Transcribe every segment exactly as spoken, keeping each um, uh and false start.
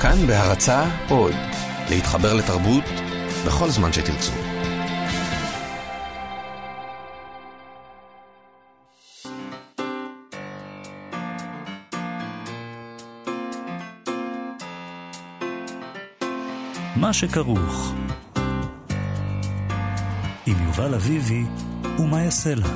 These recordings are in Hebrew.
כאן בהרצאה עוד, להתחבר לתרבות בכל זמן שתרצו. מה שכרוך עם יובל אביבי ומה יעשה לה.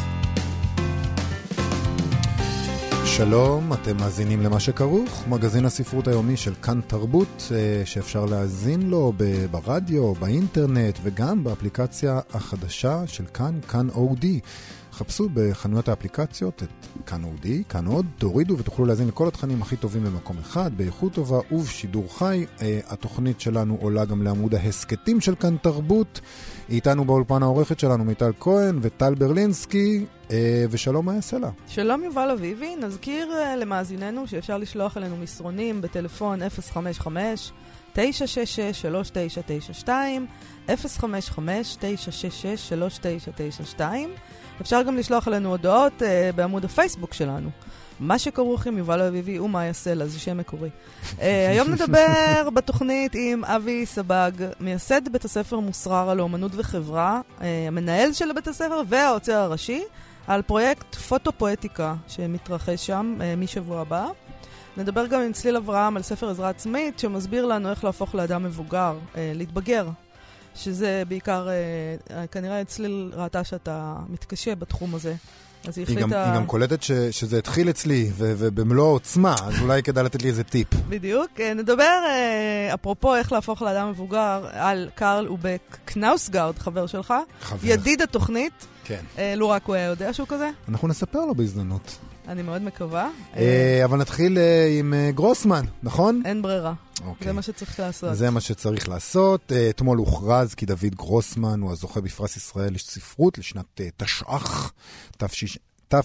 שלום, אתם מאזינים למה שכרוך, מגזין הספרות היומי של כאן תרבות, שאפשר להאזין לו ברדיו, באינטרנט וגם באפליקציה החדשה של כאן, כאן אודי. חפשו בחנויות האפליקציות את כאן אודי, כאן עוד, תורידו ותוכלו להזין לכל התכנים הכי טובים במקום אחד, באיכות טובה ובשידור חי. התוכנית שלנו עולה גם לעמוד ההסקטים של כאן תרבות. איתנו באולפן העורכת שלנו מיטל כהן וטל ברלינסקי, ושלום מה יעשה לה. שלום יובל אביבי, נזכיר למאזיננו שאפשר לשלוח אלינו מסרונים בטלפון אפס חמש חמש תשע שש שש שלוש תשע תשע שתיים, אפס חמש חמש תשע שש שש שלוש תשע תשע שתיים. אפשר גם לשלוח אלינו הודעות uh, בעמוד הפייסבוק שלנו. מה שכרוך עם יובל אביבי ומה יעשה לה, זה שם מקורי. uh, היום נדבר בתוכנית עם אבי סבג, מייסד בית הספר מוסרר על אומנות וחברה, uh, המנהל של בית הספר והעוצר הראשי, על פרויקט פוטו-פואטיקה שמתרחש שם uh, משבוע הבא. נדבר גם עם צליל אברהם על ספר עזרה עצמית, שמסביר לנו איך להפוך לאדם מבוגר, uh, להתבגר. שזה בעיקר, אה, כנראה אצלי ראתה שאתה מתקשה בתחום הזה. אז היא, היא, החליטה... גם, היא גם קולטת ש, שזה התחיל אצלי, ו, ובמלוא העוצמה, אז אולי כדאי לתת לי איזה טיפ. בדיוק. נדבר, אה, אפרופו איך להפוך לאדם מבוגר, על קרל אובק קנאוסגארד, חבר שלך. חבר. ידיד התוכנית. כן. אה, לא רק הוא היה יודע שהוא כזה. אנחנו נספר לו בהזדמנות. אני מאוד מקווה. אה, אבל נתחיל אה, עם אה, גרוסמן, נכון? אין ברירה. אוקיי. זה מה שצריך לעשות. זה מה שצריך לעשות. אה, אתמול הוכרז כי דוד גרוסמן הוא הזוכה בפרס ישראל לספרות לשנת אה, תשע"ח, תש"ח.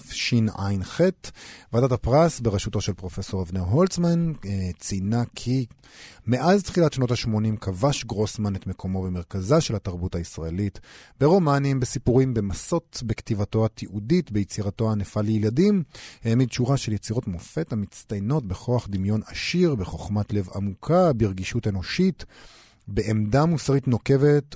תשע"ח. ועדת הפרס בראשותו של פרופסור אבנר הולצמן ציינה כי מאז תחילת שנות ה-שמונים כבש גרוסמן את מקומו במרכזה של התרבות הישראלית, ברומנים, בסיפורים, במסות, בכתיבתו התיעודית, ביצירתו הענפה לילדים, העמיד שורה של יצירות מופת המצטיינות בכוח דמיון עשיר, בחוכמת לב עמוקה, ברגישות אנושית, בעמדה מוסרית נוקבת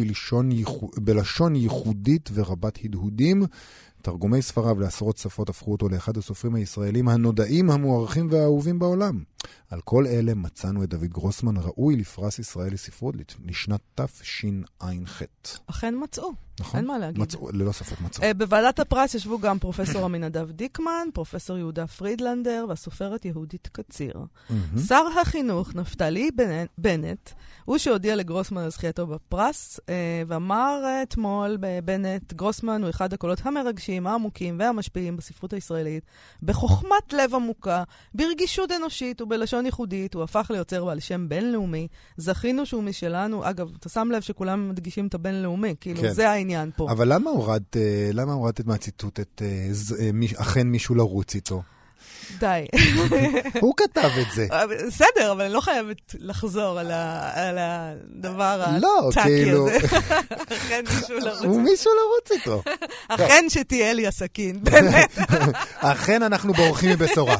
ובלשון ייחודית ורבת הדהודים. תרגומי ספריו לעשרות שפות הפכו אותו לאחד הסופרים הישראלים הנודעים, המוערכים והאהובים בעולם. על כל אלה מצאנו את דוד גרוסמן ראוי לפרס ישראל לספרות לשנת תשע"ח. אכן מצאו. נכון? אין מה להגיד. מצאו, ללא ספק מצאו. Uh, בוועדת הפרס ישבו גם פרופסור אמינדב דיקמן, פרופסור יהודה פרידלנדר והסופרת יהודית קציר. Mm-hmm. שר החינוך נפתלי בנט, הוא שהודיע לגרוסמן על זכייתו בפרס, uh, ואמר uh, אתמול בבנט, גרוסמן הוא אחד הקולות המרגשים, העמוקים והמשפיעים בספרות הישראלית, בחוכמת לב עמוקה, ברגישות אנושית ובלשון ייחודית, הוא הפך ליוצר בעל שם בינלאומי, זכינו שהוא משלנו, אגב, אתה שם לב שכולם מדגישים את הבינלאומי, כאילו כן. זה העניין פה. אבל למה הורדת, למה הורדת מהציטוט את אכן מישהו לרוץ איתו? די. הוא כתב את זה. בסדר, אבל אני לא חייבת לחזור על הדבר הטאקי כאילו... הזה. אכן מישהו לרוץ איתו. הוא מישהו לרוץ איתו. אכן שתהיה לי הסכין, באמת. אכן אנחנו בורחים מבשורה.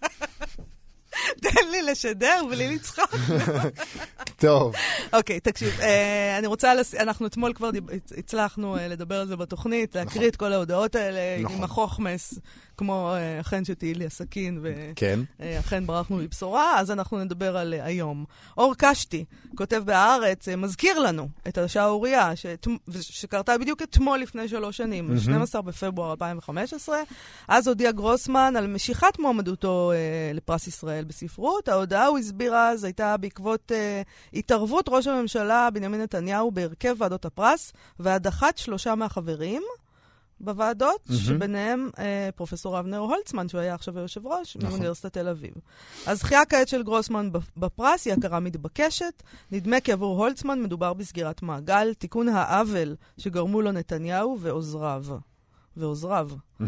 תן לי לשדר בלי לצחוק. טוב. אוקיי, תקשיב, אני רוצה, אנחנו אתמול כבר הצלחנו לדבר על זה בתוכנית, להקריא את כל ההודעות האלה עם החוכמס, כמו אכן שתהיה לי הסכין, ואכן ברחנו מבשורה, אז אנחנו נדבר על היום. אור קשתי, כותב בהארץ, מזכיר לנו את השערוריה, שקרתה בדיוק אתמול לפני שלוש שנים, שנים עשר בפברואר אלפיים וחמש עשרה, אז הודיע גרוסמן על משיכת מועמדותו לפרס ישראל בספרות. ההודעה, הוא הסביר אז, הייתה בעקבות התערבות ראש הממשלה בנימין נתניהו בהרכב ועדות הפרס, והדחת שלושה מהחברים, בוועדות, mm-hmm. שביניהם אה, פרופסור אבנר הולצמן, שהוא היה עכשיו היושב ראש, נכון. מאוניברסיטת תל אביב. אז זכייה כעת של גרוסמן בפרס היא הכרה מתבקשת. נדמה כי עבור הולצמן מדובר בסגירת מעגל, תיקון העוול שגרמו לו נתניהו ועוזריו. ועוזריו.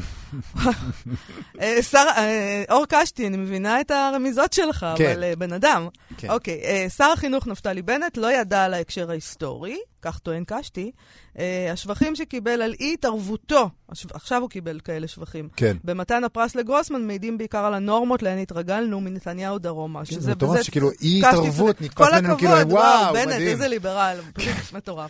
שר, אור קשתי, אני מבינה את הרמיזות שלך, כן. אבל בן אדם. כן. אוקיי, שר החינוך נפתלי בנט לא ידע על ההקשר ההיסטורי, כך טוען קשתי, השבחים שקיבל על אי התערבותו, עכשיו הוא קיבל כאלה שבחים, כן. במתן הפרס לגרוסמן מעידים בעיקר על הנורמות להן התרגלנו מנתניהו דרומה. כן, זה מטורף שכאילו אי התערבות נתפס בינינו כאילו, וואו, וואו, מדהים. בנט, איזה ליברל, פשוט מטורף.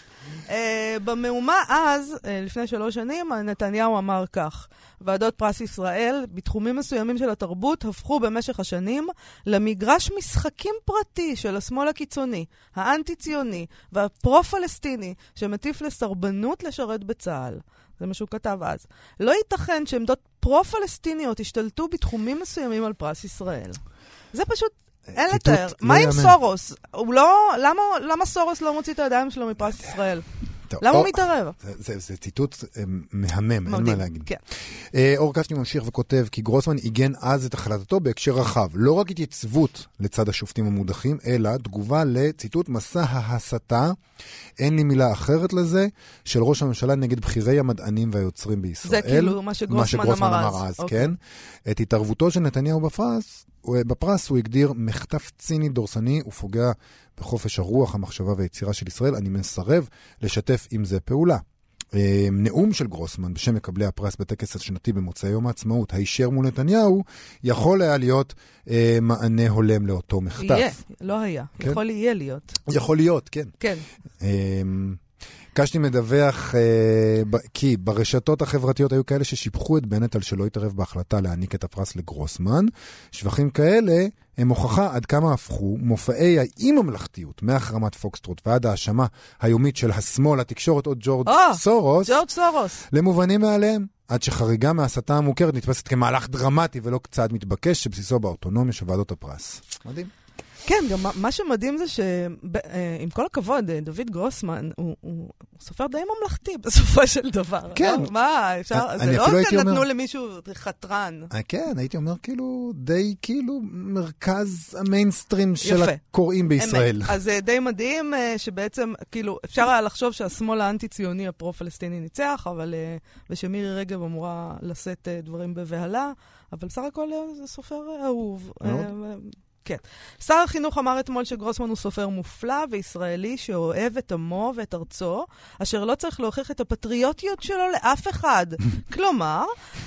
במהומה אז, לפני שלוש שנים, נתניהו אמר כך, ועדות פרס ישראל, בתחומים מסוימים של התרבות, הפכו במשך השנים למגרש משחקים פרטי של השמאל הקיצוני, האנטי-ציוני והפרו-פלסטיני, שמטיף לסרבנות לשרת בצה"ל. זה מה שהוא כתב אז. לא ייתכן שעמדות פרו-פלסטיניות השתלטו בתחומים מסוימים על פרס ישראל. זה פשוט... אין לתאר. מה עם סורוס? הוא לא... למה, למה סורוס לא מוציא את הידיים שלו מפרס ישראל? למה הוא מתערב? זה ציטוט מהמם, אין מה להגיד. כן. אור קשתי ממשיך וכותב, כי גרוסמן עיגן אז את החלטתו בהקשר רחב. לא רק התייצבות לצד השופטים המודחים, אלא תגובה לציטוט מסע ההסתה, אין לי מילה אחרת לזה, של ראש הממשלה נגד בחירי המדענים והיוצרים בישראל. זה כאילו מה שגרוסמן אמר אז. כן. את התערבותו של נתניהו בפרס, בפרס הוא הגדיר מחטף ציני דורסני ופוגע בחופש הרוח, המחשבה והיצירה של ישראל. אני מסרב לשתף עם זה פעולה. נאום של גרוסמן בשם מקבלי הפרס בטקס השנתי במוצאי יום העצמאות, הישר מול נתניהו, יכול היה להיות אה, מענה הולם לאותו מחטף. יהיה, לא היה. כן? יכול יהיה להיות. יכול להיות, כן. כן. אה, קשתי מדווח אה, ב- כי ברשתות החברתיות היו כאלה ששיבחו את בנט על שלא יתערב בהחלטה להעניק את הפרס לגרוסמן. שבחים כאלה הם הוכחה עד כמה הפכו מופעי האי-ממלכתיות מהחרמת פוקסטרוט ועד האשמה היומית של השמאל, התקשורת או ג'ורג' oh, סורוס, ג'ורג' סורוס, למובנים מעליהם, עד שחריגה מהסתה המוכרת נתפסת כמהלך דרמטי ולא צעד מתבקש שבסיסו באוטונומיה של ועדות הפרס. מדהים. כן, גם מה שמדהים זה שעם כל הכבוד, דוד גרוסמן, הוא, הוא סופר די ממלכתי בסופו של דבר. כן. לא? מה, אפשר, זה לא כאן נתנו אומר... למישהו חתרן. כן, הייתי אומר כאילו, די כאילו מרכז המיינסטרים של הקוראים בישראל. אמת. אז זה די מדהים שבעצם, כאילו, אפשר היה לחשוב שהשמאל האנטי-ציוני הפרו-פלסטיני ניצח, אבל ושמירי רגב אמורה לשאת דברים בבהלה, אבל בסך הכל זה סופר אהוב. מאוד. כן. שר החינוך אמר אתמול שגרוסמן הוא סופר מופלא וישראלי שאוהב את עמו ואת ארצו, אשר לא צריך להוכיח את הפטריוטיות שלו לאף אחד. כלומר,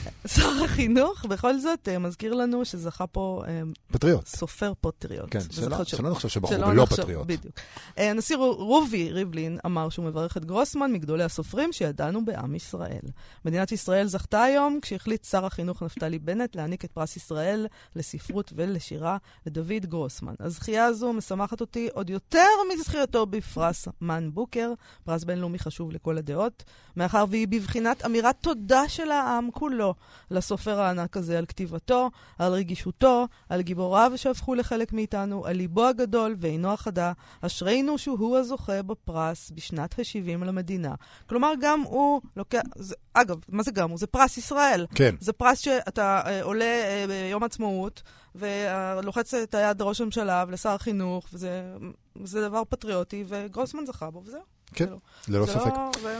שר החינוך בכל זאת מזכיר לנו שזכה פה פטריוט. סופר פטריוט. כן, שלא, שלא נחשוב שבחור ולא פטריוט. בדיוק. הנשיא רובי ריבלין אמר שהוא מברך את גרוסמן מגדולי הסופרים שידענו בעם ישראל. מדינת ישראל זכתה היום כשהחליט שר החינוך נפתלי בנט להעניק את פרס ישראל לספרות ולשירה לדוד דוד גרוסמן. הזכייה הזו משמחת אותי עוד יותר מזכייתו בפרס מן בוקר, פרס בינלאומי חשוב לכל הדעות, מאחר והיא בבחינת אמירת תודה של העם כולו לסופר הענק הזה על כתיבתו, על רגישותו, על גיבוריו שהפכו לחלק מאיתנו, על ליבו הגדול ועינו החדה, אשרינו שהוא הזוכה בפרס בשנת ה-שבעים למדינה. כלומר, גם הוא לוקח... זה, אגב, מה זה גם הוא? זה פרס ישראל. כן. זה פרס שאתה אה, עולה אה, ביום עצמאות, ולוחץ את היד לראש הממשלה ולשר החינוך, וזה, וזה דבר פטריוטי, וגרוסמן זכה בו, וזהו. כן, ללא ספק. לא, ו...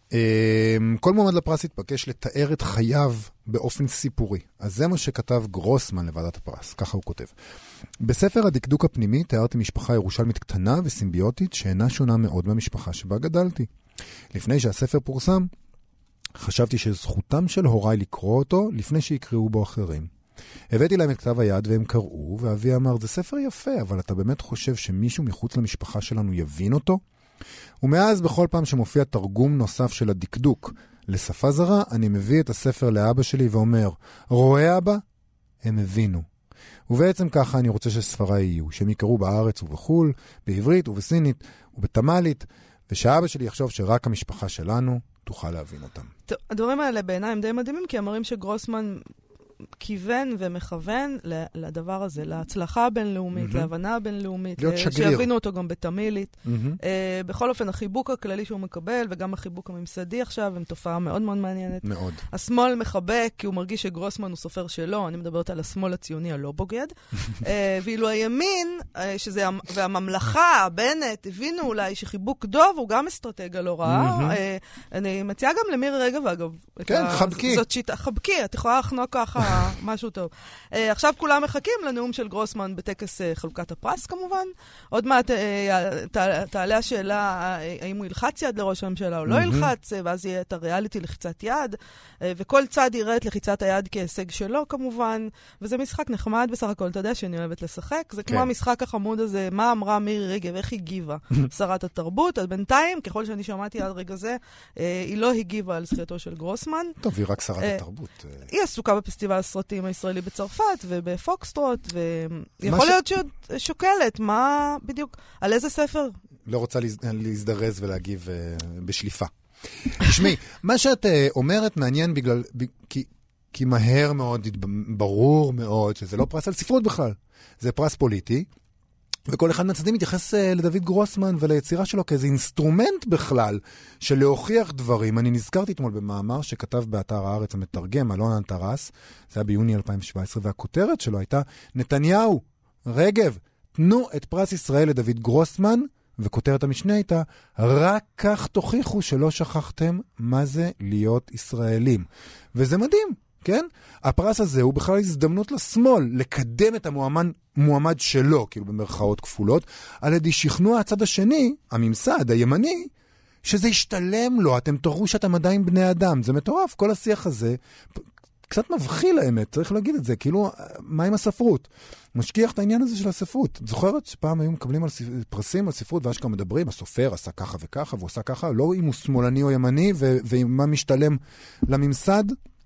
כל מועמד לפרס התבקש לתאר את חייו באופן סיפורי. אז זה מה שכתב גרוסמן לוועדת הפרס, ככה הוא כותב. בספר הדקדוק הפנימי תיארתי משפחה ירושלמית קטנה וסימביוטית, שאינה שונה מאוד מהמשפחה שבה גדלתי. לפני שהספר פורסם, חשבתי שזכותם של הוריי לקרוא אותו לפני שיקראו בו אחרים. הבאתי להם את כתב היד והם קראו, ואבי אמר, זה ספר יפה, אבל אתה באמת חושב שמישהו מחוץ למשפחה שלנו יבין אותו? ומאז בכל פעם שמופיע תרגום נוסף של הדקדוק לשפה זרה, אני מביא את הספר לאבא שלי ואומר, רואה אבא? הם הבינו. ובעצם ככה אני רוצה שספריי יהיו, שהם יקראו בארץ ובחול, בעברית ובסינית ובתמלית, ושאבא שלי יחשוב שרק המשפחה שלנו תוכל להבין אותם. טוב, הדברים האלה בעיניי הם די מדהימים, כי אמרים שגרוסמן כיוון ומכוון לדבר הזה, להצלחה הבינלאומית, mm-hmm. להבנה הבינלאומית, שיבינו אותו גם בתמילית. Mm-hmm. Uh, בכל אופן, החיבוק הכללי שהוא מקבל, וגם החיבוק הממסדי עכשיו, הם תופעה מאוד מאוד מעניינת. מאוד. השמאל מחבק, כי הוא מרגיש שגרוסמן הוא סופר שלו, אני מדברת על השמאל הציוני הלא בוגד, uh, ואילו הימין, uh, שזה, והממלכה, בנט, הבינו אולי שחיבוק דוב הוא גם אסטרטגיה לא רעה. Mm-hmm. Uh, אני מציעה גם למירי רגב, אגב. כן, ה... חבקי. זאת שיטה, חבקי, את יכולה לחנוק ככה ככה משהו טוב. עכשיו כולם מחכים לנאום של גרוסמן בטקס חלוקת הפרס כמובן. עוד מעט תעלה השאלה האם הוא ילחץ יד לראש הממשלה או לא ילחץ, ואז יהיה את הריאליטי לחיצת יד, וכל צד יראה את לחיצת היד כהישג שלו כמובן, וזה משחק נחמד בסך הכל, אתה יודע שאני אוהבת לשחק, זה כמו המשחק החמוד הזה, מה אמרה מירי רגב, איך הגיבה שרת התרבות, אז בינתיים, ככל שאני שמעתי עד רגע זה, היא לא הגיבה על זכייתו של גרוסמן. טוב, היא רק שרת התרבות. היא עסוקה בפסטיבל הסרטים הישראלי בצרפת ובפוקסטרוט, ויכול להיות שעוד שוקלת, מה בדיוק, על איזה ספר? לא רוצה להזדרז ולהגיב בשליפה. תשמעי, מה שאת אומרת מעניין בגלל, כי, כי מהר מאוד, ברור מאוד, שזה לא פרס על ספרות בכלל, זה פרס פוליטי, וכל אחד מהצדדים מתייחס לדוד גרוסמן וליצירה שלו כאיזה אינסטרומנט בכלל של להוכיח דברים. אני נזכרתי אתמול במאמר שכתב באתר הארץ המתרגם, אלון אנטרס, זה היה ביוני אלפיים שבע עשרה, והכותרת שלו הייתה, נתניהו, רגב, תנו את פרס ישראל לדוד גרוסמן, וכותרת המשנה הייתה, רק כך תוכיחו שלא שכחתם מה זה להיות ישראלים. וזה מדהים, כן? הפרס הזה הוא בכלל הזדמנות לשמאל, לקדם את המועמד מועמד שלו, כאילו במרכאות כפולות, על ידי שכנוע הצד השני, הממסד, הימני, שזה ישתלם לו, אתם תראו שאתם עדיין בני אדם. זה מטורף, כל השיח הזה, קצת מבחיל האמת, צריך להגיד את זה, כאילו, מה עם הספרות? משכיח את העניין הזה של הספרות. זוכרת שפעם היו מקבלים על פרסים על ספרות, ואז שכם מדברים, הסופר עשה ככה וככה, והוא עשה ככה, לא אם הוא שמאלני או ימני, ומה משתלם לממסד,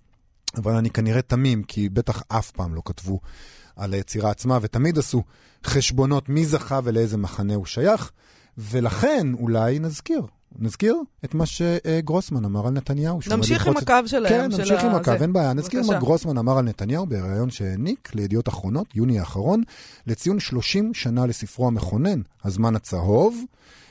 אבל אני כנראה תמים, כי בטח אף פעם לא כתבו על היצירה עצמה, ותמיד עשו חשבונות מי זכה ולאיזה מחנה הוא שייך, ולכן אולי נזכיר. נזכיר את מה שגרוסמן אמר על נתניהו. נמשיך עם הקו שלהם. כן, נמשיך עם הקו, אין בעיה. נזכיר מה גרוסמן אמר על נתניהו בראיון שהעניק לידיעות אחרונות, יוני האחרון, לציון שלושים שנה לספרו המכונן, הזמן הצהוב.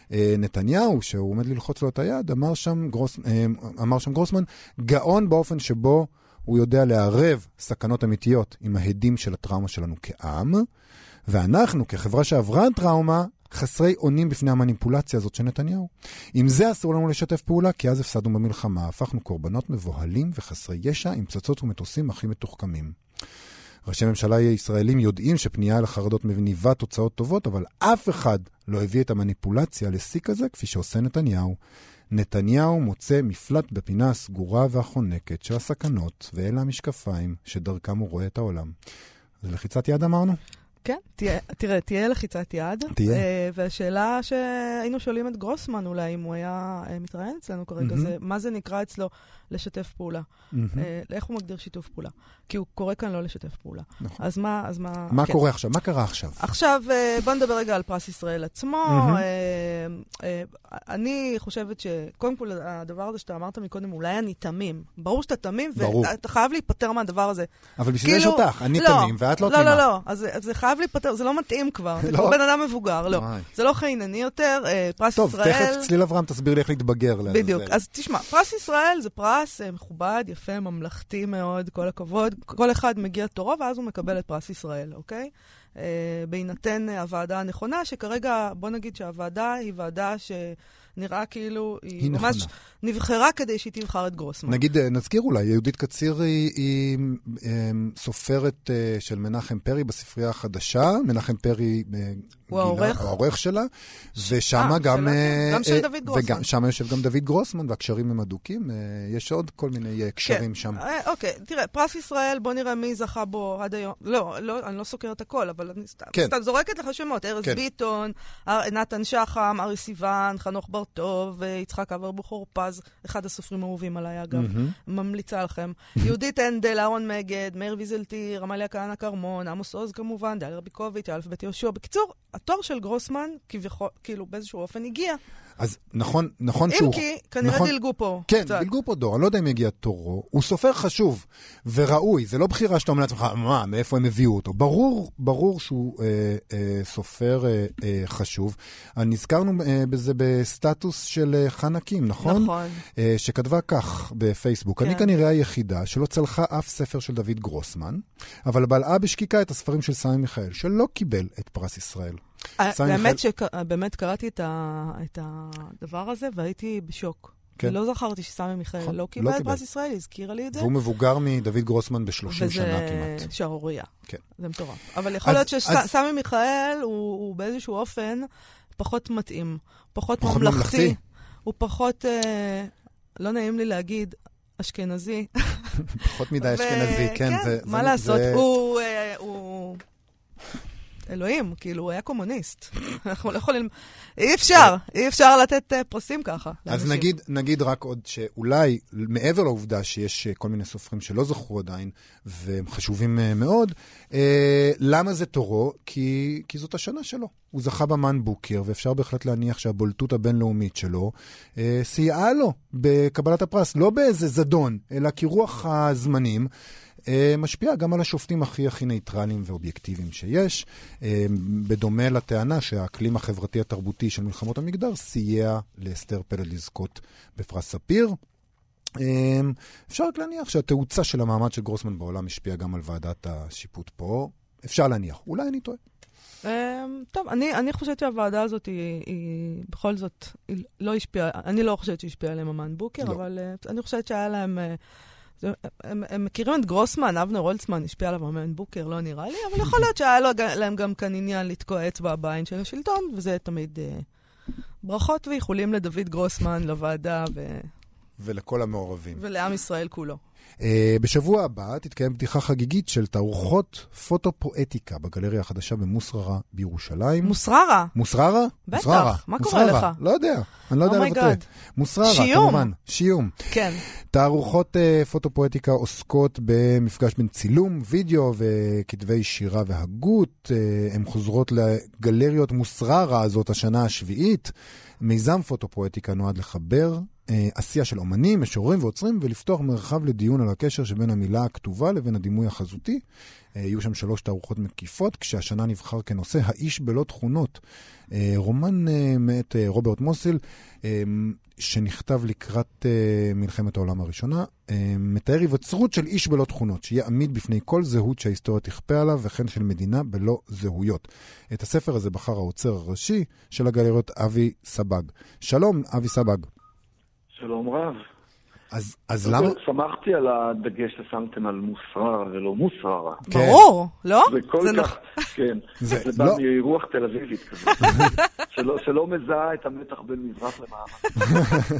נתניהו, שהוא עומד ללחוץ לו את היד, אמר שם, גרוס, אמר שם גרוסמן, גאון באופן שבו הוא יודע לערב סכנות אמיתיות עם ההדים של הטראומה שלנו כעם, ואנחנו, כחברה שעברה טראומה, חסרי עונים בפני המניפולציה הזאת של נתניהו. עם זה אסור לנו לשתף פעולה, כי אז הפסדנו במלחמה, הפכנו קורבנות מבוהלים וחסרי ישע עם פצצות ומטוסים הכי מתוחכמים. ראשי ממשלה ישראלים יודעים שפנייה לחרדות מניבה תוצאות טובות, אבל אף אחד לא הביא את המניפולציה לסיק הזה, כפי שעושה נתניהו. נתניהו מוצא מפלט בפינה הסגורה והחונקת של הסכנות, ואלה המשקפיים שדרכם הוא רואה את העולם. אז לחיצת יד אמרנו? כן, תהיה, תראה, תהיה לחיצת יד. תהיה. Uh, והשאלה שהיינו שואלים את גרוסמן אולי, אם הוא היה uh, מתראיין אצלנו כרגע, mm-hmm. זה מה זה נקרא אצלו לשתף פעולה. Mm-hmm. Uh, איך הוא מגדיר שיתוף פעולה? כי הוא קורא כאן לא לשתף פעולה. נכון. אז מה... אז מה, מה כן. קורה עכשיו? מה קרה עכשיו? עכשיו, uh, בוא נדבר רגע על פרס ישראל עצמו. Mm-hmm. Uh, uh, אני חושבת שקודם כל הדבר הזה שאתה אמרת מקודם, אולי אני תמים. ברור שאתה תמים, ואתה חייב להיפטר מהדבר הזה. אבל בשביל כאילו, זה יש אותך, אני לא, תמים ואת לא לא, תימה. לא, לא, אז זה חייב להיפטר, זה לא מתאים כבר. זה כמו בן אדם מבוגר, לא. זה לא חיינני יותר, פרס ישראל... טוב, תכף צליל אברהם תסביר לי איך להתבגר. בדיוק, אז תשמע, פרס ישראל זה פרס מכובד, יפה, ממלכתי מאוד, כל הכבוד. כל אחד מגיע תורו, ואז הוא מקבל את פרס ישראל, אוקיי? בהינתן הוועדה הנכונה, שכרגע, בוא נגיד שהוועדה היא ועדה ש... נראה כאילו היא, היא ממש נכונה. נבחרה כדי שהיא תבחר את גרוסמן. נגיד, נזכיר אולי, יהודית קציר היא, היא, היא סופרת של מנחם פרי בספרייה החדשה, מנחם פרי הוא העורך. העורך שלה, ושמה גם... גם של דוד גרוסמן. ושם יושב גם דוד גרוסמן, והקשרים הם אדוקים, יש עוד כל מיני קשרים שם. אוקיי, תראה, פרס ישראל, בוא נראה מי זכה בו עד היום. לא, לא, אני לא סוקרת הכל, אבל אני סתם זורקת לך שמות, ארז ביטון, נתן שחם, ארי סיוון, חנוך בר טוב, יצחק אבר בוחור פז, אחד הסופרים האהובים עליי אגב, ממליצה לכם. יהודית הנדל, אהרון מגד, מאיר ויזלטיר, עמליה כהנא כרמון, עמוס עוז כמובן, דליה רביקוביץ', אלף בית יהושע. בקיצור, התור של גרוסמן, כאילו באיזשהו אופן הגיע. אז נכון, נכון שהוא... אם כי, כנראה נכון, דילגו פה. כן, קצת. דילגו פה דור, אני לא יודע אם יגיע תורו. הוא סופר חשוב וראוי, זה לא בחירה שאתה אומר לעצמך, מה, מאיפה הם הביאו אותו. ברור, ברור שהוא אה, אה, סופר אה, אה, חשוב. נזכרנו אה, בזה בסטטוס של אה, חנקים, נכון? נכון. אה, שכתבה כך בפייסבוק. כן. אני כנראה היחידה שלא צלחה אף ספר של דוד גרוסמן, אבל בלעה בשקיקה את הספרים של סמי מיכאל, שלא קיבל את פרס ישראל. באמת, שבאמת קראתי את הדבר הזה והייתי בשוק. כן. לא זכרתי שסמי מיכאל לא קיבל את פרס ישראל, הזכירה לי את זה. והוא מבוגר מדוד גרוסמן ב-שלושים שנה כמעט. וזה שערוריה. כן. זה מטורף. אבל יכול להיות שסמי מיכאל הוא באיזשהו אופן פחות מתאים, פחות ממלכתי. הוא פחות, לא נעים לי להגיד, אשכנזי. פחות מדי אשכנזי, כן. מה לעשות? הוא... אלוהים, כאילו, הוא היה קומוניסט. אנחנו לא יכולים... אי אפשר, אי אפשר לתת פרסים ככה. אז נגיד, נגיד רק עוד שאולי, מעבר לעובדה שיש כל מיני סופרים שלא זכרו עדיין, והם חשובים מאוד, אה, למה זה תורו? כי, כי זאת השנה שלו. הוא זכה במן בוקר, ואפשר בהחלט להניח שהבולטות הבינלאומית שלו אה, סייעה לו בקבלת הפרס, לא באיזה זדון, אלא כי רוח הזמנים, משפיע גם על השופטים הכי הכי ניטרליים ואובייקטיביים שיש, בדומה לטענה שהאקלים החברתי התרבותי של מלחמות המגדר סייע לאסתר פלד לזכות בפרס ספיר. אפשר רק להניח שהתאוצה של המעמד של גרוסמן בעולם השפיע גם על ועדת השיפוט פה. אפשר להניח, אולי אני טועה. טוב, אני, אני חושבת שהוועדה הזאת היא, היא בכל זאת, היא לא השפיעה, אני לא חושבת שהשפיעה עליהם המן בוקר, לא. אבל אני חושבת שהיה להם... הם, הם מכירים את גרוסמן, אבנר הולצמן השפיע עליו המן בוקר, לא נראה לי, אבל יכול להיות שהיה לו, להם גם כאן עניין לתקוע אצבע בעין של השלטון, וזה תמיד אה, ברכות ואיחולים לדוד גרוסמן, לוועדה ו... ולכל המעורבים. ולעם ישראל כולו. Uh, בשבוע הבא תתקיים פתיחה חגיגית של תערוכות פוטופואטיקה בגלריה החדשה במוסררה בירושלים. מוסררה? מוסררה? בטח, מוסררה. מה מוסררה. קורה לך? לא יודע, אני לא יודע לבטא. מוסררה, שיום. כמובן. שיום. כן. תערוכות uh, פוטופואטיקה עוסקות במפגש בין צילום, וידאו וכתבי שירה והגות. Uh, הן חוזרות לגלריות מוסררה הזאת השנה השביעית. מיזם פוטופואטיקה נועד לחבר עשייה של אומנים, משוררים ועוצרים, ולפתוח מרחב לדיון על הקשר שבין המילה הכתובה לבין הדימוי החזותי. יהיו שם שלוש תערוכות מקיפות, כשהשנה נבחר כנושא האיש בלא תכונות. רומן מאת רוברט מוסיל, שנכתב לקראת מלחמת העולם הראשונה, מתאר היווצרות של איש בלא תכונות, שיהיה עמיד בפני כל זהות שההיסטוריה תכפה עליו, וכן של מדינה בלא זהויות. את הספר הזה בחר האוצר הראשי של הגלריות אבי סבג. שלום, אבי סבג. שלום רב. אז, אז למה? שמחתי על הדגש ששמתם על מוסררה ולא מוסררה. כן. ברור, לא? זה כל זה כך, נ... כן. זה, זה לא. בא מרוח תל אביבית כזה. שלא, שלא מזהה את המתח בין מזרח למערב.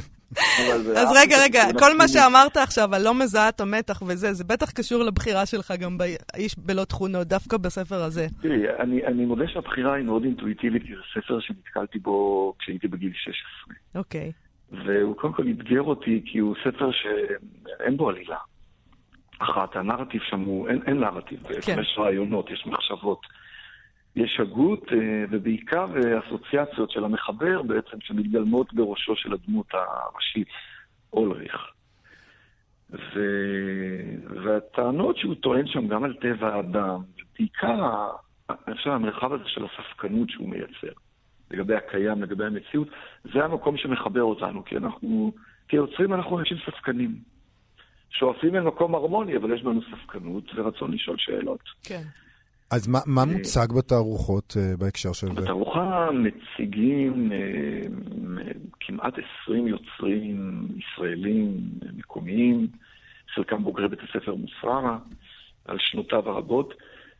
אז רגע, רגע, כל מה שאמרת עכשיו על לא מזהה את המתח וזה, זה בטח קשור לבחירה שלך גם באיש בלא תכונות, דווקא בספר הזה. תראי, אני, אני מודה שהבחירה היא מאוד אינטואיטיבית, כי זה ספר שנתקלתי בו כשהייתי בגיל שש עשרה. אוקיי. והוא קודם כל התגר אותי, כי הוא ספר שאין בו עלילה. אחת, הנרטיב שם הוא, אין, אין נרטיב, כן. יש רעיונות, יש מחשבות, יש הגות, ובעיקר אסוציאציות של המחבר בעצם, שמתגלמות בראשו של הדמות הראשית, אולריך. ו... והטענות שהוא טוען שם גם על טבע האדם, בעיקר, אני חושב, המרחב הזה של הספקנות שהוא מייצר. לגבי הקיים, לגבי המציאות, זה המקום שמחבר אותנו, כי אנחנו, כיוצרים אנחנו אנשים ספקנים. שואפים אל מקום הרמוני, אבל יש בנו ספקנות ורצון לשאול שאלות. כן. אז מה, מה מוצג בתערוכות בהקשר של זה? בתערוכה מציגים כמעט עשרים יוצרים ישראלים מקומיים, חלקם בוגרי בית הספר מוסררה, על שנותיו הרבות,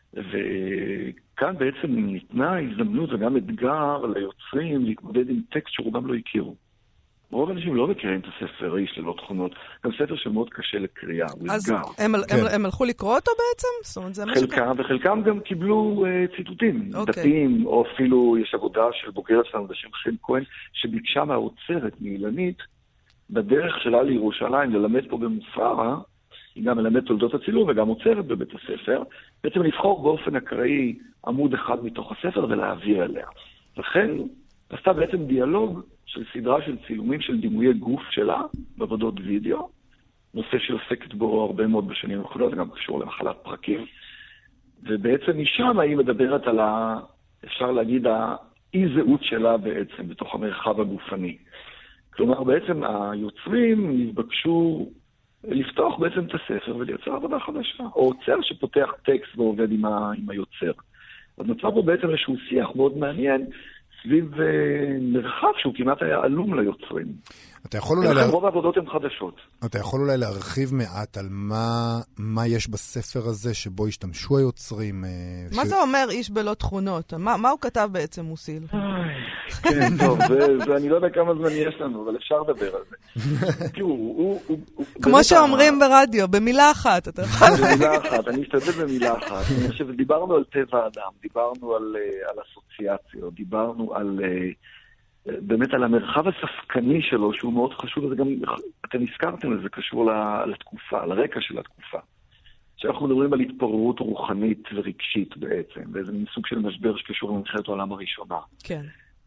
וכאן בעצם ניתנה הזדמנות וגם אתגר ליוצרים להתמודד עם טקסט שרובם לא הכירו. רוב האנשים לא מכירים את הספר, איש ללא תכונות, גם ספר שמאוד קשה לקריאה, הוא אז אתגר. הם, כן. הם, הם הלכו לקרוא אותו בעצם? זאת אומרת, זה חלקם, וחלקם גם קיבלו uh, ציטוטים, okay. דתיים, או אפילו יש עבודה של בוגרת שלנו בשם חן כהן, שביקשה מהאוצרת, מאילנית, בדרך שלה לירושלים, ללמד פה במוסררה, היא גם מלמד תולדות הצילום וגם עוצרת בבית הספר, בעצם לבחור באופן אקראי עמוד אחד מתוך הספר ולהעביר אליה. לכן, עשתה בעצם דיאלוג של סדרה של צילומים של דימויי גוף שלה, בעבודות וידאו, נושא שעוסקת בו הרבה מאוד בשנים האחרונות, גם קשור למחלת פרקים, ובעצם משם היא מדברת על ה... אפשר להגיד, האי-זהות שלה בעצם, בתוך המרחב הגופני. כלומר, בעצם היוצרים נתבקשו לפתוח בעצם את הספר ולייצר עבודה חדשה, או עוצר שפותח טקסט ועובד עם, ה... עם היוצר. אז נוצר פה בעצם איזשהו שיח מאוד מעניין, סביב מרחב שהוא כמעט היה עלום ליוצרים. אתה יכול אולי לה... רוב העבודות הן חדשות. אתה יכול אולי להרחיב מעט על מה, מה יש בספר הזה שבו השתמשו היוצרים? מה ש... זה אומר איש בלא תכונות? מה, מה הוא כתב בעצם, מוסיל? כן, טוב, ואני לא יודע כמה זמן יש לנו, אבל אפשר לדבר על זה. תראו, הוא... כמו שאומרים ברדיו, במילה אחת. במילה אחת, אני אשתדל במילה אחת. אני חושב, דיברנו על טבע האדם, דיברנו על אסוציאציות, דיברנו על... באמת על המרחב הספקני שלו, שהוא מאוד חשוב, וזה גם, אתם הזכרתם לזה, קשור לתקופה, לרקע של התקופה. שאנחנו מדברים על התפוררות רוחנית ורגשית בעצם, ואיזה מין סוג של משבר שקשור למלחמת העולם הראשונה. כן.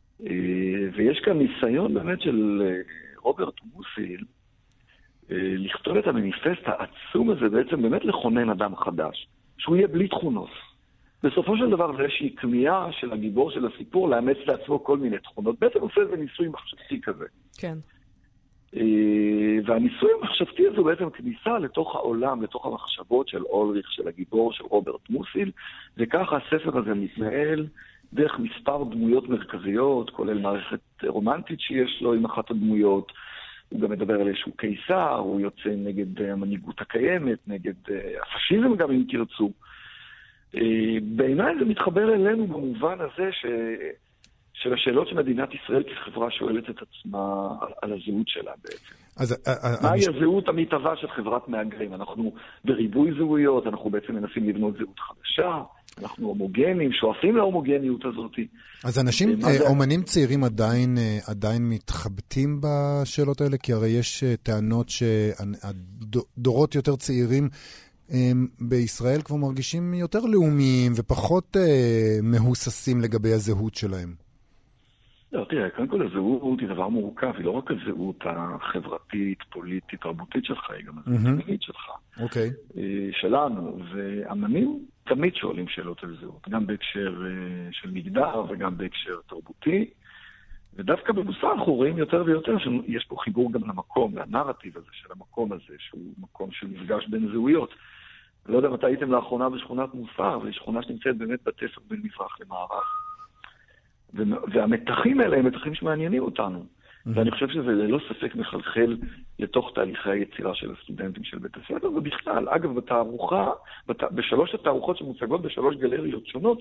ויש כאן ניסיון באמת של רוברט מוסיל, לכתוב את המניפסט העצום הזה, בעצם באמת לכונן אדם חדש, שהוא יהיה בלי תכונות. בסופו של דבר זה איזושהי כמיהה של הגיבור של הסיפור לאמץ לעצמו כל מיני תכונות. בעצם עושה איזה ניסוי מחשבתי כזה. כן. והניסוי המחשבתי הזה הוא בעצם כניסה לתוך העולם, לתוך המחשבות של אולריך, של הגיבור, של רוברט מוסיל, וככה הספר הזה מתנהל דרך מספר דמויות מרכזיות, כולל מערכת רומנטית שיש לו עם אחת הדמויות. הוא גם מדבר על איזשהו קיסר, הוא יוצא נגד המנהיגות הקיימת, נגד הפשיזם גם אם תרצו. בעיניי זה מתחבר אלינו במובן הזה ש... של השאלות שמדינת ישראל כחברה שואלת את עצמה על הזהות שלה בעצם. אז, מהי המש... הזהות המתהווה של חברת מהגרים? אנחנו בריבוי זהויות, אנחנו בעצם מנסים לבנות זהות חדשה, אנחנו הומוגנים, שואפים להומוגניות הזאת. אז אנשים, זה... אומנים צעירים עדיין, עדיין מתחבטים בשאלות האלה, כי הרי יש טענות שהדורות יותר צעירים בישראל כבר מרגישים יותר לאומיים ופחות אה, מהוססים לגבי הזהות שלהם. לא, תראה, קודם כל הזהות היא דבר מורכב, היא לא רק הזהות החברתית, פוליטית, תרבותית שלך, היא גם הזהות המינית שלך. אוקיי. שלנו, ואמנים תמיד שואלים שאלות על זהות, גם בהקשר של מגדר וגם בהקשר תרבותי, ודווקא במוסר אנחנו רואים יותר ויותר שיש פה חיבור גם למקום, לנרטיב הזה של המקום הזה, שהוא מקום של מפגש בין זהויות. לא יודע מתי הייתם לאחרונה בשכונת מוסר, והיא שכונה שנמצאת באמת בתפר בין מזרח למערב. והמתחים האלה הם מתחים שמעניינים אותנו. ואני חושב שזה ללא ספק מחלחל לתוך תהליכי היצירה של הסטודנטים של בית הספר, ובכלל, אגב, בתערוכה, בשלוש התערוכות שמוצגות בשלוש גלריות שונות,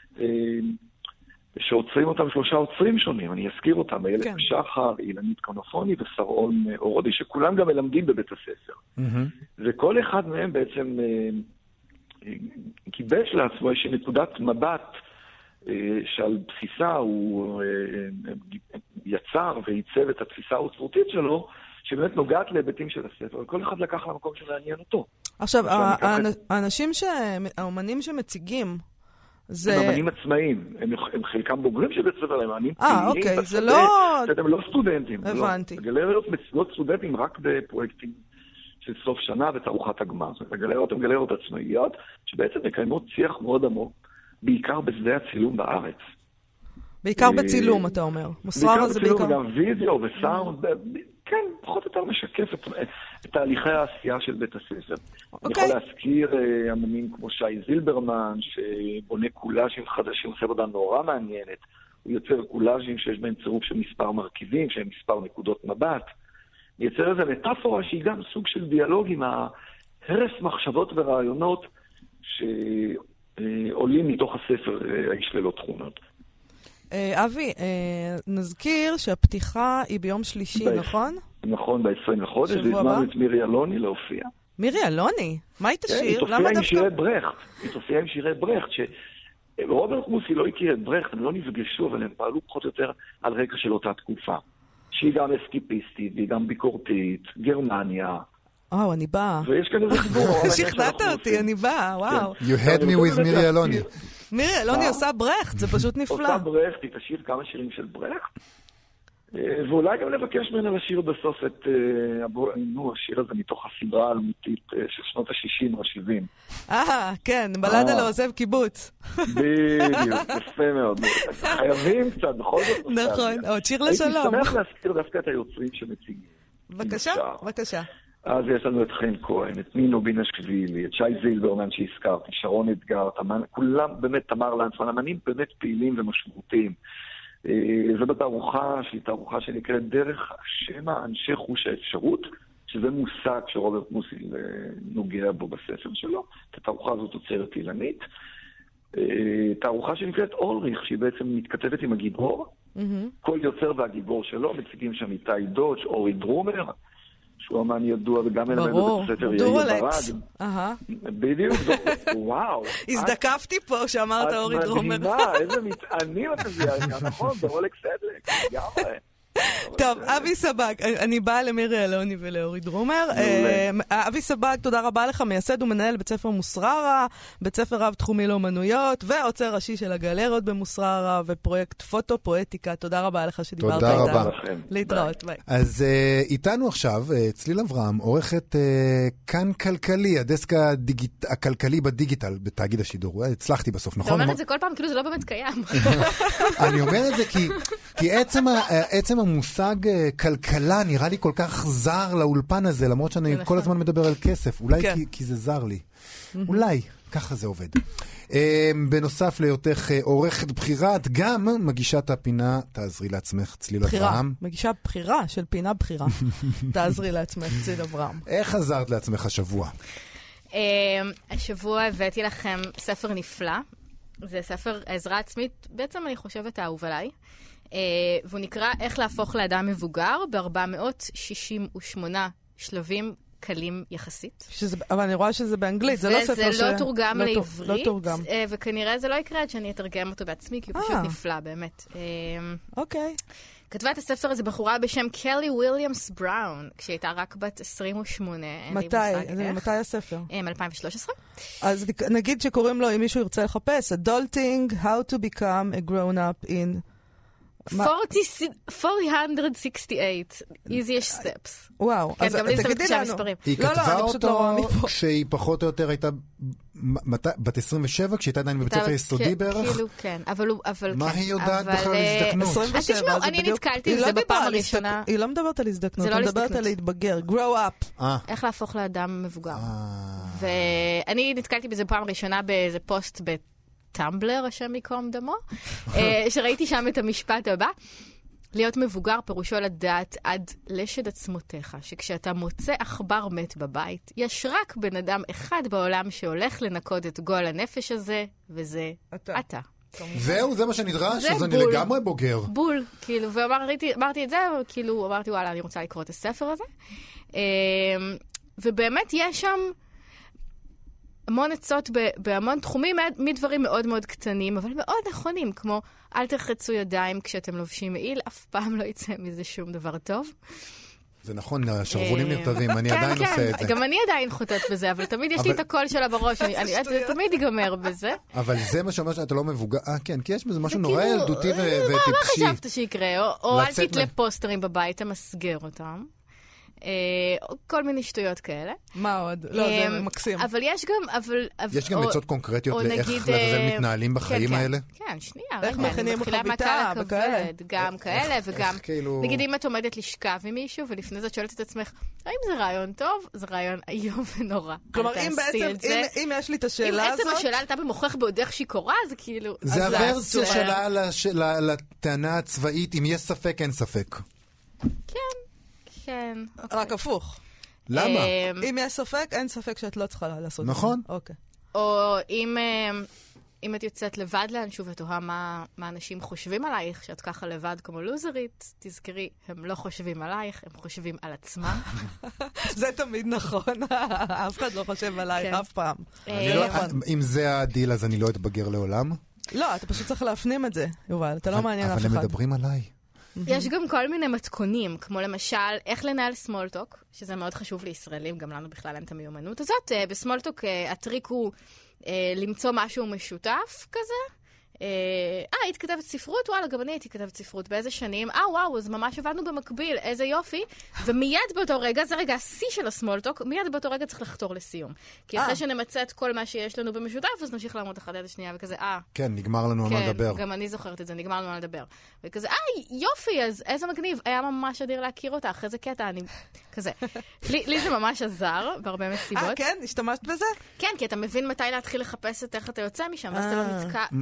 שעוצרים אותם שלושה עוצרים שונים, אני אזכיר אותם, איילת כן. שחר, אילנית קונופוני ושרעון אורודי, שכולם גם מלמדים בבית הספר. Mm-hmm. וכל אחד מהם בעצם אה, קיבש לעצמו איזושהי נקודת מבט אה, שעל בסיסה הוא אה, יצר וייצב את התפיסה האוצרותית שלו, שבאמת נוגעת להיבטים של הספר, וכל אחד לקח למקום שמעניין אותו. עכשיו, האנשים, האומנים שמציגים, זה... הם אמנים עצמאיים, הם, הם חלקם בוגרים של בית ספר, הם אמנים אה, אוקיי, זה לא... הם לא סטודנטים. הבנתי. לא. הגלריות מציגות סטודנטים רק בפרויקטים של סוף שנה ותערוכת הגמר. הגלריות הן גלריות עצמאיות, שבעצם מקיימות שיח מאוד עמוק, בעיקר בשדה הצילום בארץ. בעיקר בצילום, אתה אומר. בעיקר בצילום, וגם וידאו וסאונד, כן, פחות או יותר משקף את, את תהליכי העשייה של בית הספר. Okay. אני יכול להזכיר uh, אמנים כמו שי זילברמן, שבונה קולאז'ים חדשים, עושה עבודה נורא מעניינת. הוא יוצר קולאז'ים שיש בהם צירוף של מספר מרכיבים, שהם מספר נקודות מבט. יוצר איזו מטאפורה שהיא גם סוג של דיאלוג עם ההרס מחשבות ורעיונות שעולים מתוך הספר האיש ללא תכונות. אבי, נזכיר שהפתיחה היא ביום שלישי, נכון? נכון, ב-עשרים לחודש, והזמנו את מירי אלוני להופיע. מירי אלוני? מה היא תשאיר? היא תופיע עם שירי ברכט. היא תופיע עם שירי ברכט, שרוברט מוסי לא הכיר את ברכט, הם לא נפגשו, אבל הם פעלו פחות או יותר על רקע של אותה תקופה. שהיא גם אסקיפיסטית, והיא גם ביקורתית, גרמניה. וואו, אני באה. ויש כאן איזה חיבור. שכנעת אותי, אני באה, וואו. You had me with מירי אלוני. מירי אלוני עושה ברכט, זה פשוט נפלא. עושה ברכט, היא תשאיר כמה שירים של ברכט, ואולי גם לבקש ממנה לשיר בסוף את השיר הזה מתוך הסדרה האלמותית של שנות ה-שישים או ה-שבעים. אה, כן, בלדה לא עוזב קיבוץ. בדיוק, יפה מאוד. חייבים קצת, בכל זאת. נכון, עוד שיר לשלום. הייתי שמח להזכיר דווקא את היוצרים שמציגים. בבקשה, בבקשה. אז יש לנו את חן כהן, את נינו בינשווילי, את שי זילברמן שהזכרתי, שרון אתגר, כולם באמת, תמר לנצמן, אמנים באמת פעילים ומשמעותיים. זו בתערוכה, שהיא תערוכה שנקראת דרך השמע אנשי חוש האפשרות, שזה מושג שרוברט מוסיל נוגע בו בספר שלו. את התערוכה הזאת תוצרת אילנית. תערוכה שנקראת אולריך, שהיא בעצם מתכתבת עם הגיבור. כל יוצר והגיבור שלו, מציגים שם איתי דוטש, אורי דרומר, שהוא אמן ידוע וגם מלמד בבית הספר יאיר ברד. בדיוק, וואו. הזדקפתי פה שאמרת אורי דרומר. את מדהימה, איזה מטענים אתה זיהה, נכון, ברולקס אדלק, לגמרי. טוב, אבי סבג, אני באה למירי אלוני ולאורי דרומר. אבי סבג, תודה רבה לך, מייסד ומנהל בית ספר מוסררה, בית ספר רב תחומי לאומנויות, ועוצר ראשי של הגלריות במוסררה, ופרויקט פוטו פואטיקה. תודה רבה לך שדיברת איתנו. תודה רבה. להתראות, ביי. אז איתנו עכשיו, צליל אברהם, עורכת כאן כלכלי, הדסק הכלכלי בדיגיטל, בתאגיד השידור. הצלחתי בסוף, נכון? אתה אומר את זה כל פעם, כאילו זה לא באמת קיים. אני אומר את זה כי עצם המושג כלכלה נראה לי כל כך זר לאולפן הזה, למרות שאני כל הזמן מדבר על כסף. אולי כי זה זר לי. אולי, ככה זה עובד. בנוסף להיותך עורכת בחירה, את גם מגישת הפינה, תעזרי לעצמך, צליל אברהם. מגישה בחירה של פינה בחירה. תעזרי לעצמך, צליל אברהם. איך עזרת לעצמך השבוע? השבוע הבאתי לכם ספר נפלא. זה ספר עזרה עצמית, בעצם אני חושבת האהוב עליי. Uh, והוא נקרא איך להפוך לאדם מבוגר ב-ארבע מאות שישים ושמונה שלבים קלים יחסית. שזה, אבל אני רואה שזה באנגלית, זה לא ספר ש... וזה לא תורגם לא לעברית, לא תורגם. Uh, וכנראה זה לא יקרה עד שאני אתרגם אותו בעצמי, כי הוא פשוט נפלא, באמת. אוקיי. Uh, כתבה את הספר הזה בחורה בשם קלי וויליאמס בראון, כשהייתה רק בת עשרים ושמונה. מתי? מתי הספר? מ-אלפיים ושלוש עשרה. אז נגיד שקוראים לו, אם מישהו ירצה לחפש, Adulting, How to Become a Grown-up in... four hundred sixty-eight easiest steps. וואו, אז תגידי לנו. היא כתבה אותו כשהיא פחות או יותר הייתה בת עשרים ושבע, כשהייתה עדיין בבית ספר יסודי בערך? כאילו, כן, אבל כן. מה היא יודעת בכלל להזדקנות? אז תשמעו, אני נתקלתי בזה בפעם הראשונה. היא לא מדברת על הזדקנות, היא מדברת על להתבגר, grow up. איך להפוך לאדם מבוגר. ואני נתקלתי בזה בפעם הראשונה באיזה פוסט בית טמבלר, השם יקום דמו, שראיתי שם את המשפט הבא. להיות מבוגר פירושו לדעת עד לשד עצמותיך, שכשאתה מוצא עכבר מת בבית, יש רק בן אדם אחד בעולם שהולך לנקוד את גול הנפש הזה, וזה אתה. אתה. זהו, זה מה שנדרש, אז אני לגמרי בוגר. בול, כאילו, ואמרתי את זה, כאילו, אמרתי, וואלה, אני רוצה לקרוא את הספר הזה. ובאמת יש שם המון עצות בהמון תחומים, מדברים מאוד מאוד קטנים, אבל מאוד נכונים, כמו אל תרחצו ידיים כשאתם לובשים מעיל, אף פעם לא יצא מזה שום דבר טוב. זה נכון, השרוולים נרטבים, אני עדיין עושה את זה. גם אני עדיין חוטאת בזה, אבל תמיד יש לי את הקול שלה בראש, זה תמיד ייגמר בזה. אבל זה מה שאומר שאתה לא מבוגר, אה כן, כי יש בזה משהו נורא ילדותי וטיפשי. מה חשבת שיקרה? או אל תתלה פוסטרים בבית, תמסגר אותם. כל מיני שטויות כאלה. מה עוד? לא, זה מקסים. אבל יש גם, אבל... יש גם עצות קונקרטיות לאיך לעזל מתנהלים בחיים האלה? כן, שנייה. איך מכינים חביתה וכאלה. גם כאלה וגם... נגיד, אם את עומדת לשכב עם מישהו, ולפני זאת שואלת את עצמך, האם זה רעיון טוב? זה רעיון איום ונורא. כלומר, אם בעצם, אם יש לי את השאלה הזאת... אם עצם השאלה עלתה במוחך בעודך שהיא קורה, זה כאילו... זה הוורסיה שלה לטענה הצבאית, אם יש ספק, אין ספק. כן. כן. רק הפוך. למה? אם יש ספק, אין ספק שאת לא צריכה לעשות את זה. נכון. אוקיי. או אם את יוצאת לבד לאנשהו ותוהה מה אנשים חושבים עלייך, שאת ככה לבד כמו לוזרית, תזכרי, הם לא חושבים עלייך, הם חושבים על עצמם. זה תמיד נכון. אף אחד לא חושב עלייך אף פעם. אם זה הדיל, אז אני לא אתבגר לעולם? לא, אתה פשוט צריך להפנים את זה, יובל. אתה לא מעניין אף אחד. אבל הם מדברים עליי. יש גם כל מיני מתכונים, כמו למשל, איך לנהל סמולטוק, שזה מאוד חשוב לישראלים, גם לנו בכלל אין את המיומנות הזאת. בסמולטוק הטריק הוא למצוא משהו משותף כזה. אה, היית כתבת ספרות? וואלה, גם אני הייתי כתבת ספרות. באיזה שנים? אה, וואו, אז ממש עבדנו במקביל, איזה יופי. ומיד באותו רגע, זה רגע השיא של הסמולטוק, מיד באותו רגע צריך לחתור לסיום. כי אחרי שנמצא את כל מה שיש לנו במשותף, אז נמשיך לעמוד אחד עד השנייה, וכזה, אה. כן, נגמר לנו על מה לדבר. כן, גם אני זוכרת את זה, נגמר לנו על לדבר. וכזה, אה, יופי, אז איזה מגניב. היה ממש אדיר להכיר אותה, אחרי זה קטע, אני... כזה. לי, לי זה ממש עזר, בהרבה מסיבות. אה, כן? השתמשת בזה? כן, כי אתה מבין מתי להתחיל לחפש את איך אתה יוצא משם, אז אתה לא נתקע כזה,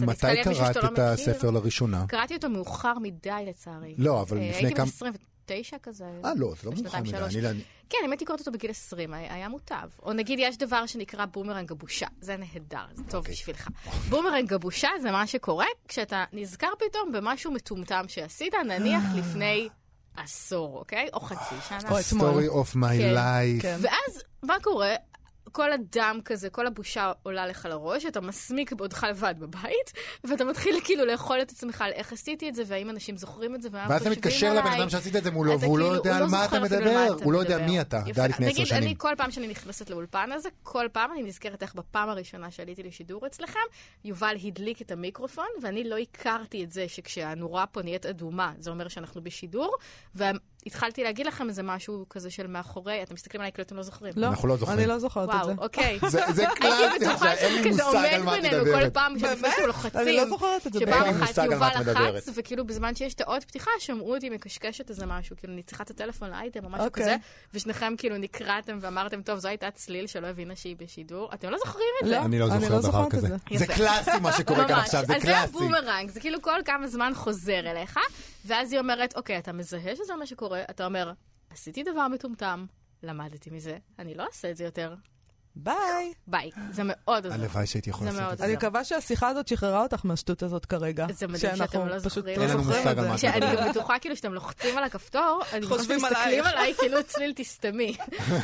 מתי קראת את הספר לראשונה? קראתי אותו מאוחר מדי לצערי. לא, אבל לפני כמה... הייתי ב-עשרים ותשע כזה. אה, לא, זה לא מאוחר מדי. כן, אם הייתי קוראת אותו בגיל עשרים, היה מוטב. או נגיד, יש דבר שנקרא בומרנג הבושה. זה נהדר, זה טוב בשבילך. בומרנג הבושה זה מה שקורה כשאתה נזכר פתאום במשהו מטומטם שעשית, נניח לפני עשור, אוקיי? או חצי שנה. Story of my life. ואז, מה קורה? כל אדם כזה, כל הבושה עולה לך לראש, אתה מסמיק בעודך לבד בבית, ואתה מתחיל כאילו לאכול את עצמך על איך עשיתי את זה, והאם אנשים זוכרים את זה, ואז אתה מתקשר לבן אדם שעשית את זה מולו, והוא לא יודע על מה אתה מדבר, הוא לא יודע מי אתה, די לפני עשר שנים. נגיד, אני כל פעם שאני נכנסת לאולפן הזה, כל פעם אני נזכרת איך בפעם הראשונה שעליתי לשידור אצלכם, יובל הדליק את המיקרופון, ואני לא הכרתי את זה שכשהנורה פה נהיית אדומה, זה אומר שאנחנו בשידור, והתחלתי להגיד לכם איזה משהו כזה של מאחורי, אתם מסתכלים עליי כאילו אתם לא זוכרים. לא, אנחנו לא זוכרים. אני לא זוכרת את זה. אוקיי. זה קלאסי, שאין לי מושג על מה את מדברת. כל פעם שנכנסנו לוחצים. אני לא זוכרת את זה. שבא לך יובל לחץ, וכאילו בזמן שיש את האות פתיחה, שמעו אותי מקשקשת איזה משהו, כאילו אני צריכה את הטלפון לאייטם או משהו כזה, ושניכם כאילו נקראתם ואמרתם, טוב, זו הייתה צליל שלא הבינה שהיא בשידור. אתם לא זוכרים את זה? אני לא זוכר דבר כזה. זה קלאסי מה שקורה כאן עכשיו, זה קלאסי. אז זה הבומרנג, זה כאילו כל כמה זמן חוזר אליך, ואז היא אומרת, אוקיי, אתה מזהה שזה מה שקורה, אתה אומר, עשיתי דבר מטומטם, למדתי מזה, אני לא אעשה את זה יותר. ביי. ביי. זה מאוד עוזר. הלוואי שהייתי יכול לעשות את זה. אני מקווה שהשיחה הזאת שחררה אותך מהשטות הזאת כרגע. זה מדהים שאתם לא זוכרים. אין לנו מושג על מה. שאני גם בטוחה כאילו שאתם לוחצים על הכפתור, אני מסתכלים עליי כאילו צליל תסתמי.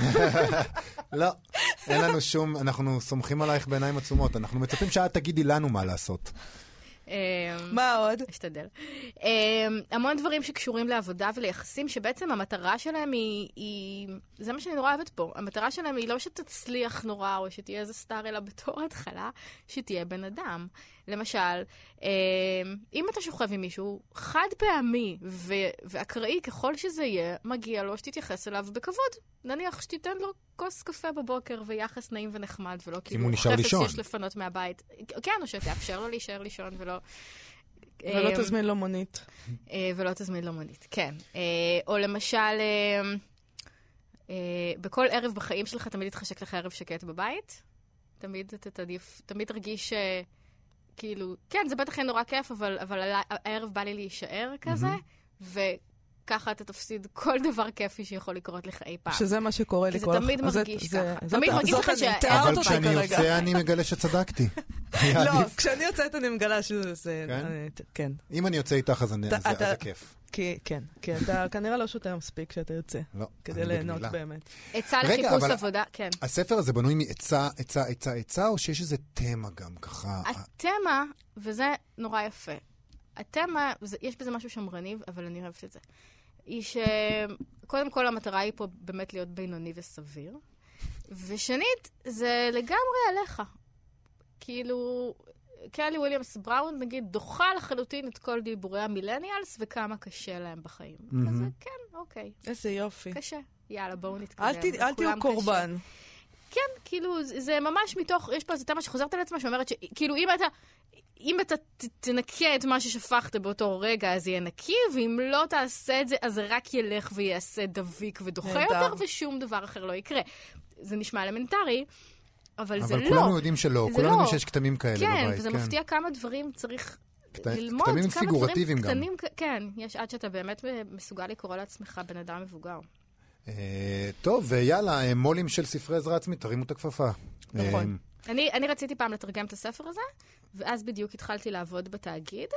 לא, אין לנו שום, אנחנו סומכים עלייך בעיניים עצומות, אנחנו מצפים שאת תגידי לנו מה לעשות. מה עוד? אשתדל. המון דברים שקשורים לעבודה וליחסים, שבעצם המטרה שלהם היא, זה מה שאני נורא אוהבת פה, המטרה שלהם היא לא שתצליח נורא, או שתהיה איזה סטאר, אלא בתור התחלה, שתהיה בן אדם. למשל, אם אתה שוכב עם מישהו חד פעמי ואקראי ככל שזה יהיה, מגיע לו שתתייחס אליו בכבוד. נניח שתיתן לו כוס קפה בבוקר ויחס נעים ונחמד, ולא כאילו חפץ שיש לפנות מהבית. כן, או שתאפשר לו להישאר לישון ולא... ולא תזמין לו מונית. ולא תזמין לו מונית, כן. או למשל, בכל ערב בחיים שלך תמיד יתחשק לך ערב שקט בבית. תמיד תמיד תרגיש... כאילו, כן, זה בטח נורא כיף, אבל, אבל הערב בא לי להישאר כזה, וככה אתה תפסיד כל דבר כיפי שיכול לקרות לך אי פעם. שזה מה שקורה לי כל... כי זה תמיד מרגיש ככה. תמיד מרגיש לך שהערב... אבל כשאני יוצא אני מגלה שצדקתי. לא, כשאני יוצאת אני מגלה שזה... כן. אם אני יוצא איתך אז זה כיף. כן, כי אתה כנראה לא שותה מספיק כשאתה יוצא. לא. כדי ליהנות באמת. עצה לחיפוש עבודה, כן. הספר הזה בנוי מעצה, עצה, עצה, עצה, או שיש איזה תמה גם ככה? התמה, וזה נורא יפה. התמה, יש בזה משהו שמרני, אבל אני אוהבת את זה. היא שקודם כל המטרה היא פה באמת להיות בינוני וסביר. ושנית, זה לגמרי עליך. כאילו... קלי וויליאמס בראון, נגיד, דוחה לחלוטין את כל דיבורי המילניאלס, וכמה קשה להם בחיים. אז כן, אוקיי. איזה יופי. קשה. יאללה, בואו נתקדם. אל תהיו קורבן. כן, כאילו, זה ממש מתוך, יש פה איזה תמה שחוזרת על עצמה, שאומרת שכאילו, אם אתה, אם אתה תנקה את מה ששפכת באותו רגע, אז יהיה נקי, ואם לא תעשה את זה, אז זה רק ילך ויעשה דביק ודוחה יותר, ושום דבר אחר לא יקרה. זה נשמע אלמנטרי, אבל זה לא. אבל כולנו יודעים שלא, כולנו יודעים שיש כתמים כאלה בבית. כן, וזה מפתיע כמה דברים צריך ללמוד. כתמים פיגורטיביים גם. כן, יש עד שאתה באמת מסוגל לקרוא לעצמך בן אדם מבוגר. טוב, ויאללה, מולים של ספרי עזרה עצמית, תרימו את הכפפה. נכון. אני רציתי פעם לתרגם את הספר הזה, ואז בדיוק התחלתי לעבוד בתאגיד,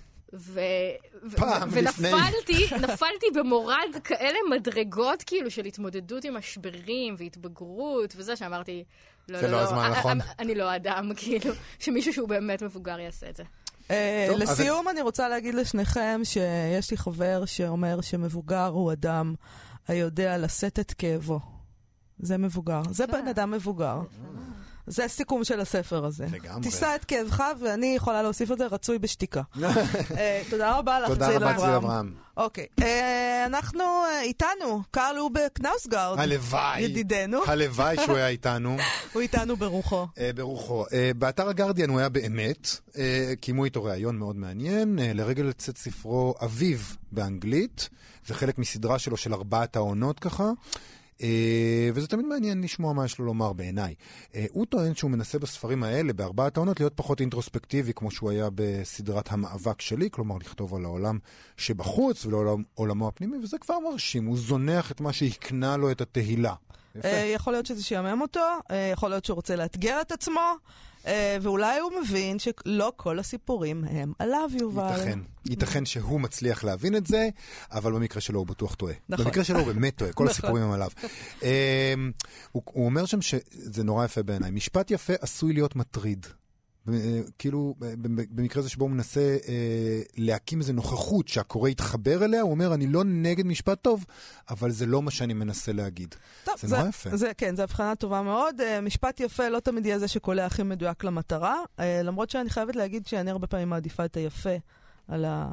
ונפלתי במורד כאלה מדרגות כאילו של התמודדות עם משברים והתבגרות וזה שאמרתי, לא, לא, לא, אני לא אדם, כאילו, שמישהו שהוא באמת מבוגר יעשה את זה. לסיום אני רוצה להגיד לשניכם שיש לי חבר שאומר שמבוגר הוא אדם היודע לשאת את כאבו. זה מבוגר. זה בן אדם מבוגר. זה הסיכום של הספר הזה. תישא את כאבך, ואני יכולה להוסיף את זה רצוי בשתיקה. תודה רבה לך, ציל אברהם. אוקיי. אנחנו איתנו, קרל אובה קנאוסגרד. הלוואי. ידידנו. הלוואי שהוא היה איתנו. הוא איתנו ברוחו. ברוחו. באתר הגרדיאן הוא היה באמת, קיימו איתו ראיון מאוד מעניין, לרגל לצאת ספרו אביב באנגלית. זה חלק מסדרה שלו של ארבעת העונות ככה. וזה תמיד מעניין לשמוע מה יש לו לומר בעיניי. הוא טוען שהוא מנסה בספרים האלה, בארבעת העונות, להיות פחות אינטרוספקטיבי, כמו שהוא היה בסדרת המאבק שלי, כלומר לכתוב על העולם שבחוץ ולעולמו הפנימי, וזה כבר מרשים, הוא זונח את מה שהקנה לו את התהילה. יכול להיות שזה שיאמם אותו, יכול להיות שהוא רוצה לאתגר את עצמו, ואולי הוא מבין שלא כל הסיפורים הם עליו, יובל. ייתכן, ייתכן שהוא מצליח להבין את זה, אבל במקרה שלו הוא בטוח טועה. במקרה שלו הוא באמת טועה, כל הסיפורים הם עליו. הוא אומר שם שזה נורא יפה בעיניי, משפט יפה עשוי להיות מטריד. כאילו, במקרה זה שבו הוא מנסה להקים איזו נוכחות שהקורא יתחבר אליה, הוא אומר, אני לא נגד משפט טוב, אבל זה לא מה שאני מנסה להגיד. זה נורא יפה. כן, זו הבחנה טובה מאוד. משפט יפה לא תמיד יהיה זה שקולע הכי מדויק למטרה, למרות שאני חייבת להגיד שאני הרבה פעמים מעדיפה את היפה על ה...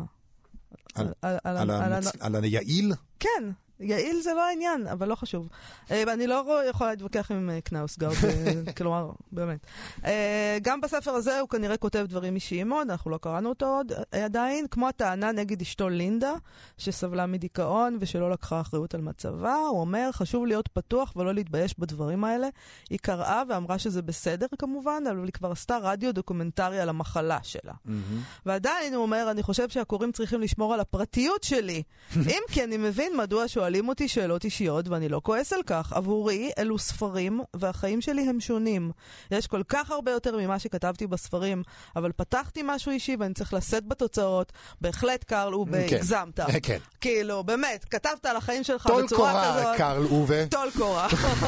על היעיל? כן. יעיל זה לא העניין, אבל לא חשוב. אני לא יכולה להתווכח עם קנאוסגארד, כלומר, באמת. גם בספר הזה הוא כנראה כותב דברים אישיים מאוד, אנחנו לא קראנו אותו עוד עדיין, כמו הטענה נגד אשתו לינדה, שסבלה מדיכאון ושלא לקחה אחריות על מצבה. הוא אומר, חשוב להיות פתוח ולא להתבייש בדברים האלה. היא קראה ואמרה שזה בסדר כמובן, אבל היא כבר עשתה רדיו דוקומנטרי על המחלה שלה. ועדיין הוא אומר, אני חושב שהקוראים צריכים לשמור על הפרטיות שלי. אם כי אני מבין מדוע שואלים אותי שאלות אישיות, ואני לא כועס על כך. עבורי אלו ספרים, והחיים שלי הם שונים. יש כל כך הרבה יותר ממה שכתבתי בספרים, אבל פתחתי משהו אישי, ואני צריך לשאת בתוצאות. בהחלט, קרל אובה, הגזמת. כן. כאילו, באמת, כתבת על החיים שלך בצורה כזאת. טול קורה, קרל אובה. טול קורה.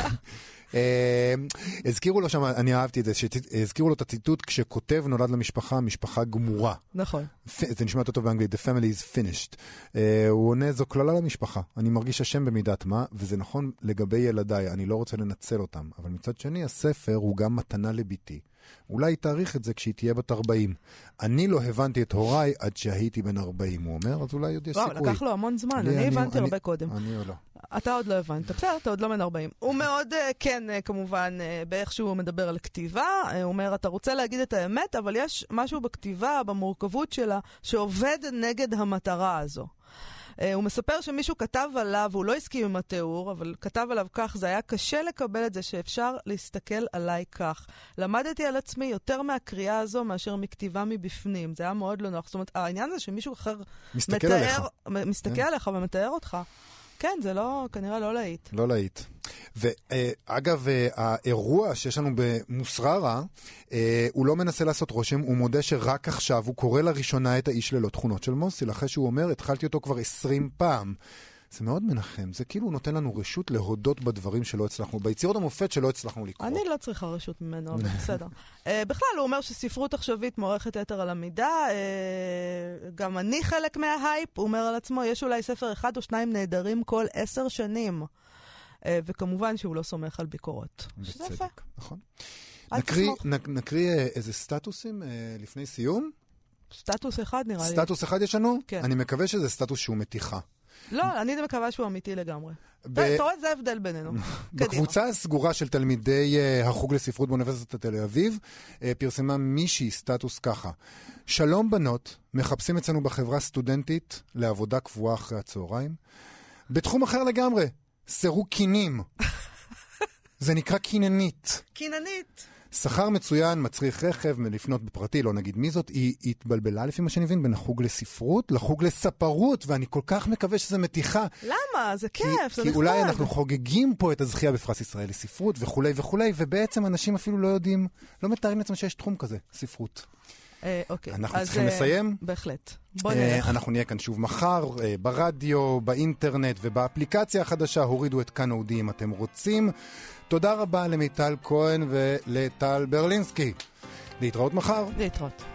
הזכירו לו שם, אני אהבתי את זה, שהזכירו לו את הציטוט, כשכותב נולד למשפחה, משפחה גמורה. נכון. זה נשמע טוב באנגלית, the family is finished. הוא עונה, זו כללה למשפחה. אני מרגיש השם במידת מה, וזה נכון לגבי ילדיי, אני לא רוצה לנצל אותם. אבל מצד שני, הספר הוא גם מתנה לביתי. אולי היא תאריך את זה כשהיא תהיה בת ארבעים. אני לא הבנתי את הוריי עד שהייתי בן ארבעים, הוא אומר, אז אולי עוד יש סיכוי. וואו, לקח לו המון זמן, אני, אני הבנתי אני, הרבה קודם. אני לא. אתה עוד לא הבנת, בסדר, אתה עוד לא בן ארבעים. הוא מאוד, כן, כמובן, באיך שהוא מדבר על כתיבה, הוא אומר, אתה רוצה להגיד את האמת, אבל יש משהו בכתיבה, במורכבות שלה, שעובד נגד המטרה הזו. הוא מספר שמישהו כתב עליו, הוא לא הסכים עם התיאור, אבל כתב עליו כך, זה היה קשה לקבל את זה שאפשר להסתכל עליי כך. למדתי על עצמי יותר מהקריאה הזו מאשר מכתיבה מבפנים. זה היה מאוד לא נוח. זאת אומרת, העניין זה שמישהו אחר מסתכל עליך. מסתכל עליך ומתאר אותך. כן, זה לא, כנראה לא להיט. לא להיט. ואגב, האירוע שיש לנו במוסררה, הוא לא מנסה לעשות רושם, הוא מודה שרק עכשיו הוא קורא לראשונה את האיש ללא תכונות של מוסיל, אחרי שהוא אומר, התחלתי אותו כבר עשרים פעם. זה מאוד מנחם, זה כאילו נותן לנו רשות להודות בדברים שלא הצלחנו, ביצירות המופת שלא הצלחנו לקרוא. אני לא צריכה רשות ממנו, אבל בסדר. בכלל, הוא אומר שספרות עכשווית מוערכת יתר על המידה, גם אני חלק מההייפ, הוא אומר על עצמו, יש אולי ספר אחד או שניים נהדרים כל עשר שנים, וכמובן שהוא לא סומך על ביקורות. בצדק, נכון. נקריא איזה סטטוסים לפני סיום? סטטוס אחד נראה לי. סטטוס אחד יש לנו? אני מקווה שזה סטטוס שהוא מתיחה. לא, אני מקווה שהוא אמיתי לגמרי. אתה רואה, זה ההבדל בינינו. בקבוצה הסגורה של תלמידי החוג לספרות באוניברסיטת תל אביב, פרסמה מישהי סטטוס ככה: שלום בנות, מחפשים אצלנו בחברה סטודנטית לעבודה קבועה אחרי הצהריים. בתחום אחר לגמרי, סירו קינים. זה נקרא קיננית. קיננית. שכר מצוין, מצריך רכב, מלפנות בפרטי, לא נגיד מי זאת, היא התבלבלה לפי מה שאני מבין, בין החוג לספרות לחוג לספרות, ואני כל כך מקווה שזה מתיחה. למה? זה כיף, זה נחמד. כי אולי אנחנו חוגגים פה את הזכייה בפרס ישראל לספרות וכולי וכולי, ובעצם אנשים אפילו לא יודעים, לא מתארים לעצמם שיש תחום כזה, ספרות. אוקיי. אנחנו צריכים לסיים. בהחלט. בוא נלך. אנחנו נהיה כאן שוב מחר, ברדיו, באינטרנט ובאפליקציה החדשה, הורידו את כאן אודי אם אתם רוצים. תודה רבה למיטל כהן ולטל ברלינסקי. להתראות מחר. להתראות.